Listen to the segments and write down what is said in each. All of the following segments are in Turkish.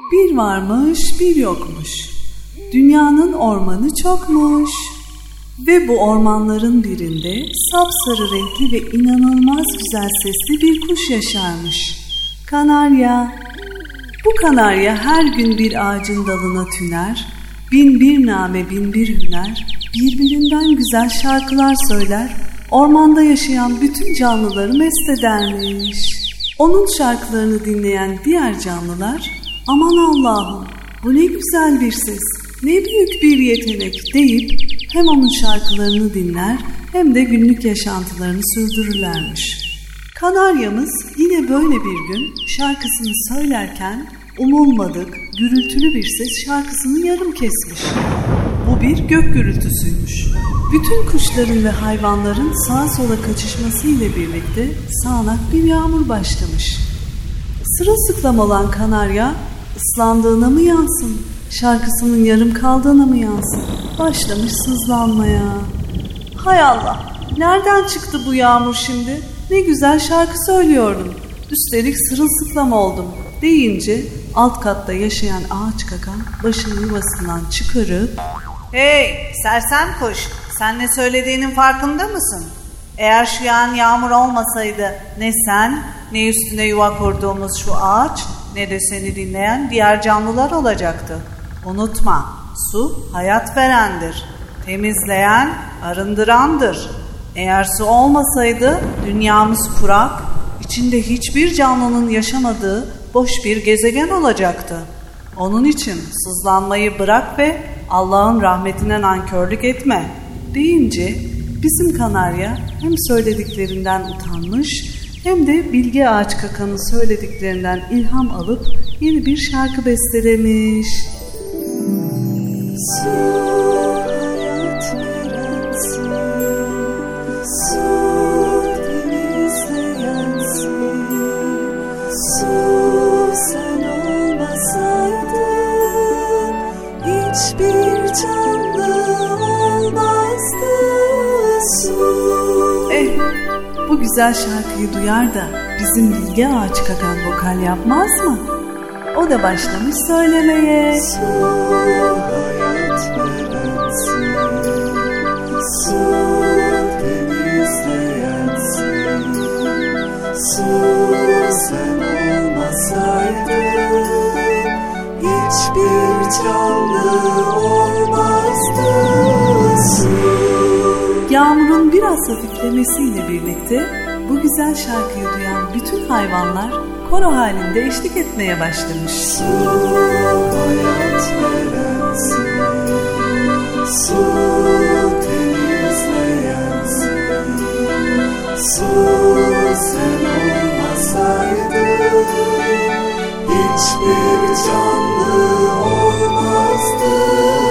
Bir varmış, bir yokmuş. Dünyanın ormanı çokmuş. Ve bu ormanların birinde sapsarı renkli ve inanılmaz güzel sesli bir kuş yaşarmış. Kanarya. Bu kanarya her gün bir ağacın dalına tüner, bin bir name bin bir hüner, birbirinden güzel şarkılar söyler, ormanda yaşayan bütün canlıları mest edermiş. Onun şarkılarını dinleyen diğer canlılar, aman Allah'ım bu ne güzel bir ses, ne büyük bir yetenek deyip hem onun şarkılarını dinler hem de günlük yaşantılarını sürdürürlermiş. Kanaryamız yine böyle bir gün şarkısını söylerken umulmadık, gürültülü bir ses şarkısını yarım kesmiş. Bu bir gök gürültüsüymüş. Bütün kuşların ve hayvanların sağa sola kaçışması ile birlikte sağanak bir yağmur başlamış. Sırılsıklam olan kanarya ıslandığına mı yansın, şarkısının yarım kaldığına mı yansın, başlamış sızlanmaya. Hay Allah, nereden çıktı bu yağmur şimdi? Ne güzel şarkı söylüyordum. Üstelik sırılsıklam oldum deyince alt katta yaşayan ağaç kakan başını yuvasından çıkarıp "Hey sersem kuş, sen ne söylediğinin farkında mısın? Eğer şu yağan yağmur olmasaydı ne sen, ne üstüne yuva kurduğumuz şu ağaç, ne de seni dinleyen diğer canlılar olacaktı. Unutma, su hayat verendir, temizleyen, arındırandır. Eğer su olmasaydı dünyamız kurak, içinde hiçbir canlının yaşamadığı boş bir gezegen olacaktı. Onun için sızlanmayı bırak ve Allah'ın rahmetine nankörlük etme" deyince bizim kanarya hem söylediklerinden utanmış hem de bilge ağaç kakanın söylediklerinden ilham alıp yeni bir şarkı bestelemiş. Su hayat verensin, su temizleyensin, su sen olmasaydın hiçbir canlı olmazdı su. Bu güzel şarkıyı duyar da bizim bilge ağaç kakan vokal yapmaz mı? O da başlamış söylemeye. Su hayat verensin, su temizleyensin, su sen olmasaydın hiçbir canlı olmazdı su. Yağmurun biraz hafiflemesiyle birlikte bu güzel şarkıyı duyan bütün hayvanlar koro halinde eşlik etmeye başlamış. Su hayat verensin, su temizleyensin, su sen olmasaydın hiçbir canlı olmazdı.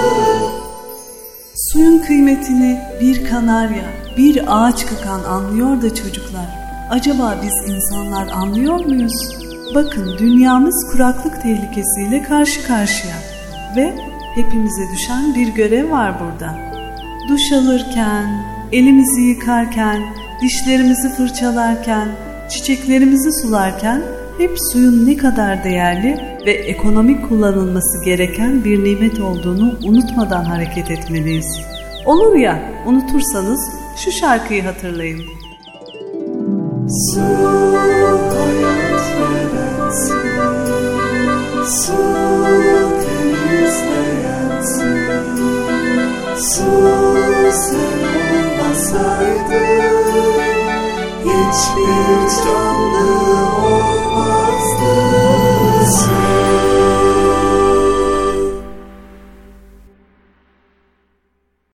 Suyun kıymetini bir kanarya, bir ağaç kakan anlıyor da çocuklar. Acaba biz insanlar anlıyor muyuz? Bakın dünyamız kuraklık tehlikesiyle karşı karşıya ve hepimize düşen bir görev var burada. Duş alırken, elimizi yıkarken, dişlerimizi fırçalarken, çiçeklerimizi sularken hep suyun ne kadar değerli ve ekonomik kullanılması gereken bir nimet olduğunu unutmadan hareket etmeliyiz. Olur ya, unutursanız şu şarkıyı hatırlayın. Su hayat verensin, su temizleyensin, su sen olmasaydın hiçbir can